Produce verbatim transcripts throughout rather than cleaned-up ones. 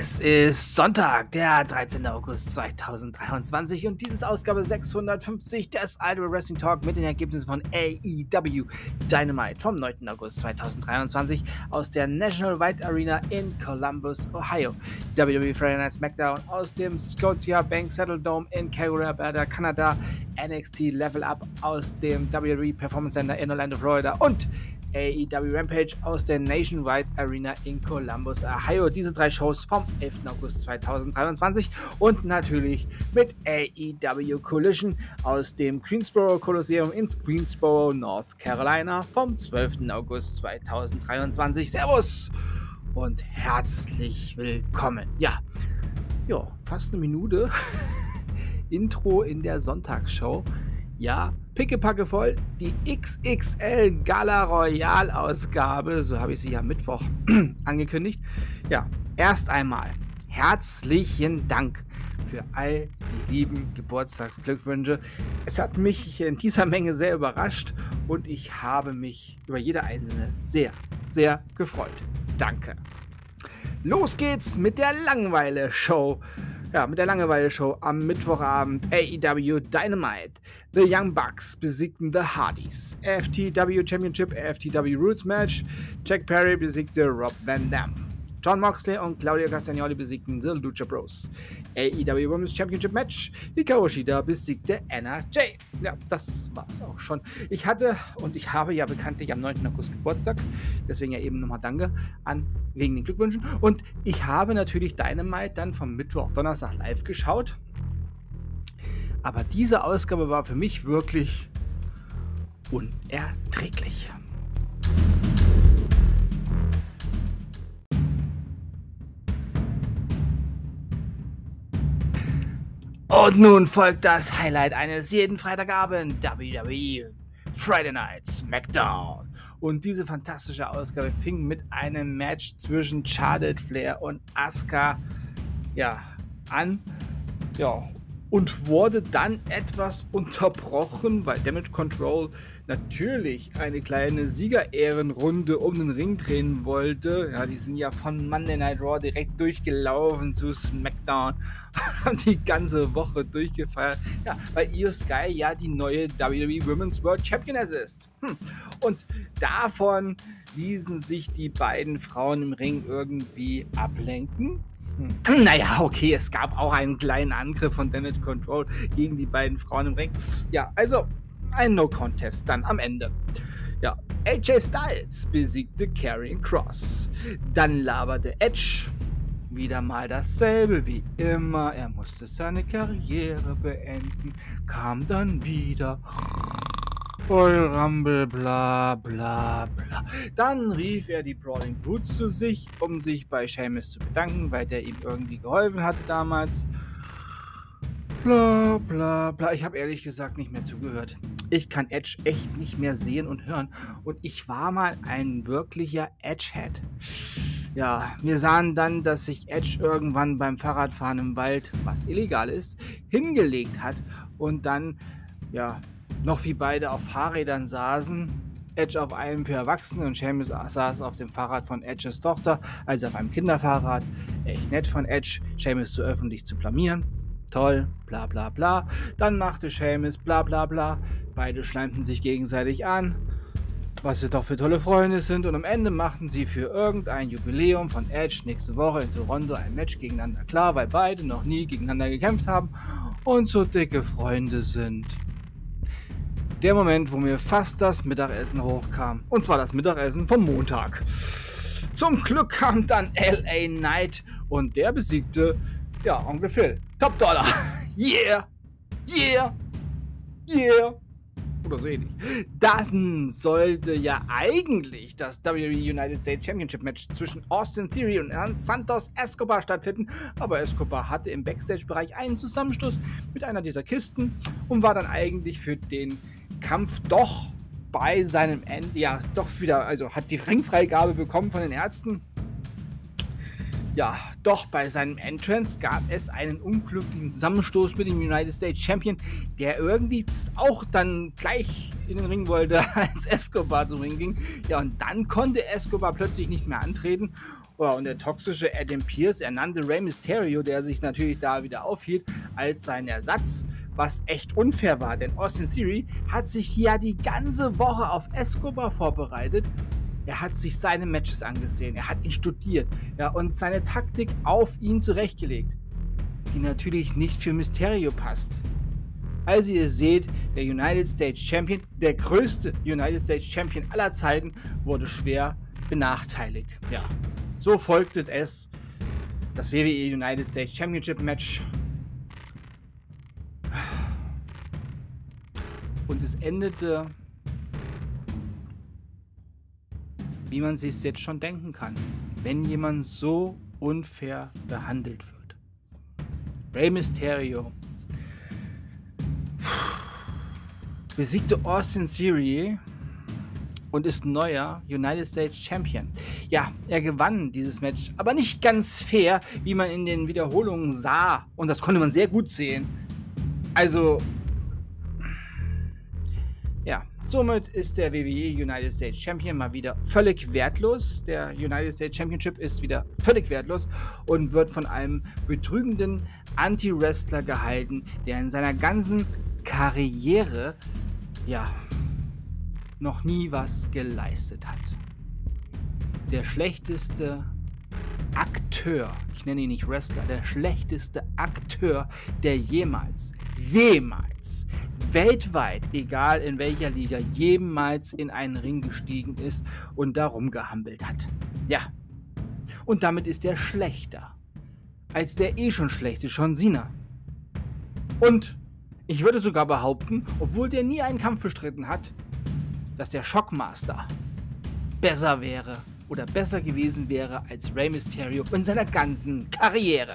Es ist Sonntag, der dreizehnte August zweitausenddreiundzwanzig und dies ist Ausgabe sechshundertfünfzig des Idle Wrestling Talk mit den Ergebnissen von A E W Dynamite vom neunten August zweitausenddreiundzwanzig aus der National White Arena in Columbus, Ohio. W W E Friday Night SmackDown aus dem Scotia Bank Saddle Dome in Calgary, Alberta, Kanada. N X T Level Up aus dem W W E Performance Center in Orlando, Florida und A E W Rampage aus der Nationwide Arena in Columbus, Ohio. Diese drei Shows vom elften August zweitausenddreiundzwanzig und natürlich mit A E W Collision aus dem Greensboro Coliseum in Greensboro, North Carolina vom zwölften August zweitausenddreiundzwanzig. Servus und herzlich willkommen. Ja, jo, fast eine Minute Intro in der Sonntagsshow. Ja, pickepacke voll, die X X L Gala Royal Ausgabe, so habe ich sie ja Mittwoch angekündigt. Ja, erst einmal herzlichen Dank für all die lieben Geburtstagsglückwünsche. Es hat mich in dieser Menge sehr überrascht und ich habe mich über jede einzelne sehr, sehr gefreut. Danke. Los geht's mit der Langeweile-Show. Ja, mit der Langeweile-Show am Mittwochabend. A E W Dynamite. The Young Bucks besiegten The Hardys. A F T W Championship, A F T W Roots Match. Jack Perry besiegte Rob Van Dam. Jon Moxley und Claudio Castagnoli besiegten The Lucha Bros. A E W Women's Championship Match. Hikaru Shida besiegte Anna Jay. Ja, das war's auch schon. Ich hatte und ich habe ja bekanntlich am neunten August Geburtstag. Deswegen ja eben nochmal Danke an wegen den Glückwünschen. Und ich habe natürlich Dynamite dann vom Mittwoch auf Donnerstag live geschaut. Aber diese Ausgabe war für mich wirklich unerträglich. Und nun folgt das Highlight eines jeden Freitagabend, W W E Friday Night SmackDown. Und diese fantastische Ausgabe fing mit einem Match zwischen Charlotte Flair und Asuka ja, an. Ja, und wurde dann etwas unterbrochen, weil Damage Control natürlich eine kleine Siegerehrenrunde um den Ring drehen wollte. Ja, die sind ja von Monday Night Raw direkt durchgelaufen zu SmackDown, haben die ganze Woche durchgefeiert. Ja, weil Io Sky ja die neue W W E Women's World Championess ist. Hm. Und davon ließen sich die beiden Frauen im Ring irgendwie ablenken. Hm. Naja, okay, es gab auch einen kleinen Angriff von Damage Control gegen die beiden Frauen im Ring. Ja, also ein No-Contest dann am Ende. Ja, A J Styles besiegte Karrion Kross. Dann laberte Edge. Wieder mal dasselbe wie immer. Er musste seine Karriere beenden. Kam dann wieder. Royal Rumble, bla bla bla. Dann rief er die Brawling Brutes zu sich, um sich bei Sheamus zu bedanken, weil der ihm irgendwie geholfen hatte damals. Bla bla bla. Ich habe ehrlich gesagt nicht mehr zugehört. Ich kann Edge echt nicht mehr sehen und hören. Und ich war mal ein wirklicher Edgehead. Ja, wir sahen dann, dass sich Edge irgendwann beim Fahrradfahren im Wald, was illegal ist, hingelegt hat und dann, ja, noch wie beide auf Fahrrädern saßen. Edge auf einem für Erwachsene und Sheamus saß auf dem Fahrrad von Edges Tochter, also auf einem Kinderfahrrad. Echt nett von Edge, Sheamus so öffentlich zu blamieren. Toll, bla bla bla. Dann machte Sheamus bla bla bla. Beide schleimten sich gegenseitig an, was sie doch für tolle Freunde sind. Und am Ende machten sie für irgendein Jubiläum von Edge nächste Woche in Toronto ein Match gegeneinander klar, weil beide noch nie gegeneinander gekämpft haben und so dicke Freunde sind. Der Moment, wo mir fast das Mittagessen hochkam. Und zwar das Mittagessen vom Montag. Zum Glück kam dann L A Knight und der besiegte, ja, Onkel Phil. Top Dollar. Yeah. Yeah. Yeah. Oder so ähnlich. Dann sollte ja eigentlich das W W E United States Championship Match zwischen Austin Theory und Santos Escobar stattfinden, aber Escobar hatte im Backstage-Bereich einen Zusammenstoß mit einer dieser Kisten und war dann eigentlich für den Kampf doch bei seinem Ende, ja, doch wieder, also hat die Ringfreigabe bekommen von den Ärzten. Ja, doch bei seinem Entrance gab es einen unglücklichen Zusammenstoß mit dem United States Champion, der irgendwie auch dann gleich in den Ring wollte, als Escobar zum Ring ging. Ja, und dann konnte Escobar plötzlich nicht mehr antreten Oh, und der toxische Adam Pearce, er nannte Rey Mysterio, der sich natürlich da wieder aufhielt, als sein Ersatz, was echt unfair war, denn Austin Theory hat sich ja die ganze Woche auf Escobar vorbereitet. Er hat sich seine Matches angesehen, er hat ihn studiert, ja, und seine Taktik auf ihn zurechtgelegt, die natürlich nicht für Mysterio passt. Also ihr seht, der United States Champion, der größte United States Champion aller Zeiten, wurde schwer benachteiligt. Ja, so folgte es das W W E United States Championship Match. Und es endete, wie man sich jetzt schon denken kann, wenn jemand so unfair behandelt wird. Rey Mysterio besiegte Austin Theory und ist neuer United States Champion. Ja, er gewann dieses Match, aber nicht ganz fair, wie man in den Wiederholungen sah. Und das konnte man sehr gut sehen. Also, ja, somit ist der W W E United States Champion mal wieder völlig wertlos. Der United States Championship ist wieder völlig wertlos und wird von einem betrügenden Anti-Wrestler gehalten, der in seiner ganzen Karriere, ja, noch nie was geleistet hat. Der schlechteste Akteur, ich nenne ihn nicht Wrestler, der schlechteste Akteur, der jemals, jemals, weltweit, egal in welcher Liga, jemals in einen Ring gestiegen ist und darum gehampelt hat. Ja, und damit ist er schlechter als der eh schon schlechte John Cena. Und ich würde sogar behaupten, obwohl der nie einen Kampf bestritten hat, dass der Shockmaster besser wäre oder besser gewesen wäre als Rey Mysterio in seiner ganzen Karriere.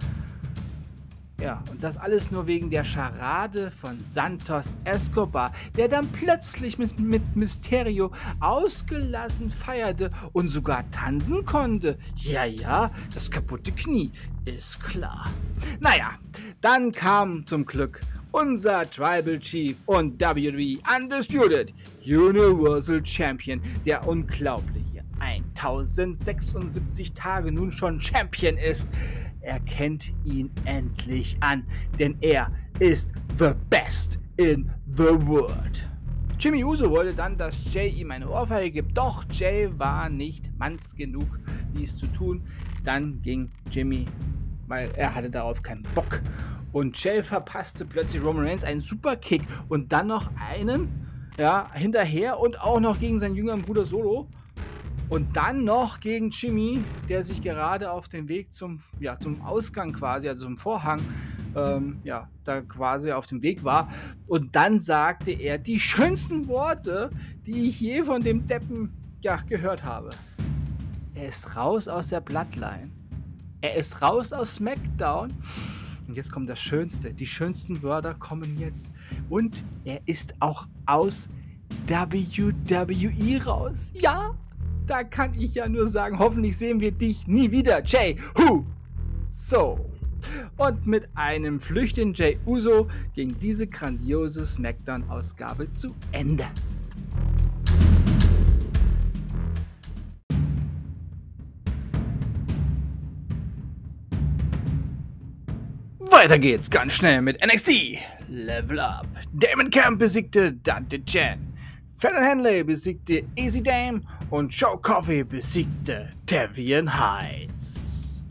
Ja, und das alles nur wegen der Scharade von Santos Escobar, der dann plötzlich mit, mit Mysterio ausgelassen feierte und sogar tanzen konnte. Ja, ja, das kaputte Knie, ist klar. Naja, dann kam zum Glück unser Tribal Chief und W W E Undisputed Universal Champion, der unglaubliche tausendsechsundsiebzig Tage nun schon Champion ist. Erkennt ihn endlich an, denn er ist the best in the world. Jimmy Uso wollte dann, dass Jay ihm eine Ohrfeige gibt, doch Jay war nicht manns genug, dies zu tun. Dann ging Jimmy, weil er hatte darauf keinen Bock. Und Jay verpasste plötzlich Roman Reigns einen Superkick und dann noch einen, ja, hinterher und auch noch gegen seinen jüngeren Bruder Solo. Und dann noch gegen Jimmy, der sich gerade auf dem Weg zum, ja, zum Ausgang quasi, also zum Vorhang, ähm, ja, da quasi auf dem Weg war. Und dann sagte er die schönsten Worte, die ich je von dem Deppen, ja, gehört habe. Er ist raus aus der Bloodline. Er ist raus aus SmackDown. Und jetzt kommt das Schönste. Die schönsten Wörter kommen jetzt. Und er ist auch aus W W E raus. Ja, da kann ich ja nur sagen, hoffentlich sehen wir dich nie wieder, Jay. Hu! So. Und mit einem flüchtigen Jay Uso ging diese grandiose SmackDown-Ausgabe zu Ende. Weiter geht's ganz schnell mit N X T. Level Up. Damon Camp besiegte Dante Chen. Fallon Henley besiegte Easy Dame und Joe Coffey besiegte Devian Heights.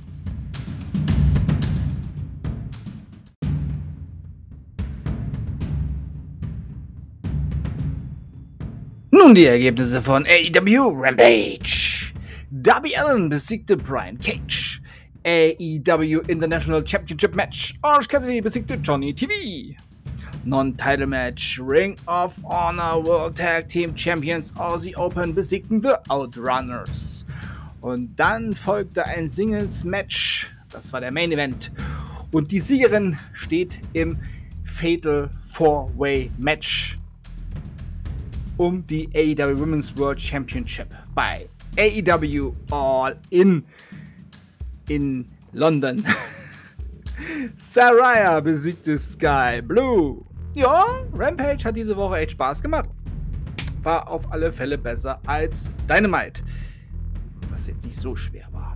Nun die Ergebnisse von A E W Rampage. Darby Allin besiegte Brian Cage. A E W International Championship Match. Orange Cassidy besiegte Johnny T V. Non-Title Match. Ring of Honor World Tag Team Champions Aussie Open besiegten The Outrunners. Und dann folgte ein Singles Match. Das war der Main Event. Und die Siegerin steht im Fatal Four-Way Match um die A E W Women's World Championship bei A E W All In in London. Saraya besiegte Sky Blue. Ja, Rampage hat diese Woche echt Spaß gemacht. War auf alle Fälle besser als Dynamite. was jetzt nicht so schwer war.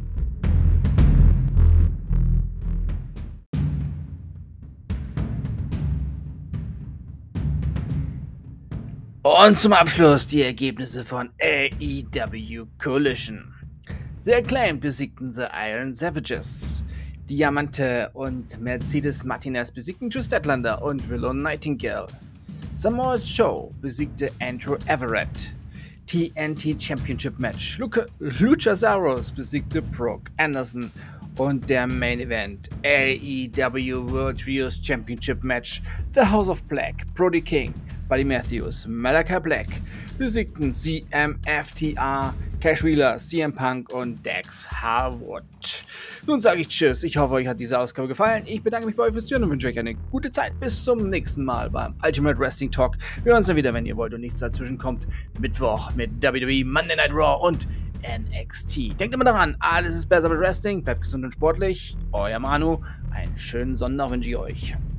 Und zum Abschluss die Ergebnisse von A E W Collision. The Acclaimed besiegten The Iron Savages. Diamante und Mercedes Martinez besiegten Drew Statlander und Willow Nightingale. Samoa Joe besiegte Andrew Everett. T N T Championship Match. Luca, Luchasaurus besiegte Brooke Anderson. Und der Main Event A E W World Trios Championship Match. The House of Black, Brody King, Buddy Matthews, Malachi Black besiegten C M F T R, Cash Wheeler, C M Punk und Dax Harwood. Nun sage ich Tschüss, ich hoffe euch hat diese Ausgabe gefallen. Ich bedanke mich bei euch fürs Zuhören und wünsche euch eine gute Zeit. Bis zum nächsten Mal beim Ultimate Wrestling Talk. Wir hören uns dann wieder, wenn ihr wollt und nichts dazwischen kommt. Mittwoch mit W W E, Monday Night Raw und N X T. Denkt immer daran, alles ist besser mit Wrestling. Bleibt gesund und sportlich. Euer Manu. Einen schönen Sonntag wünsche ich euch.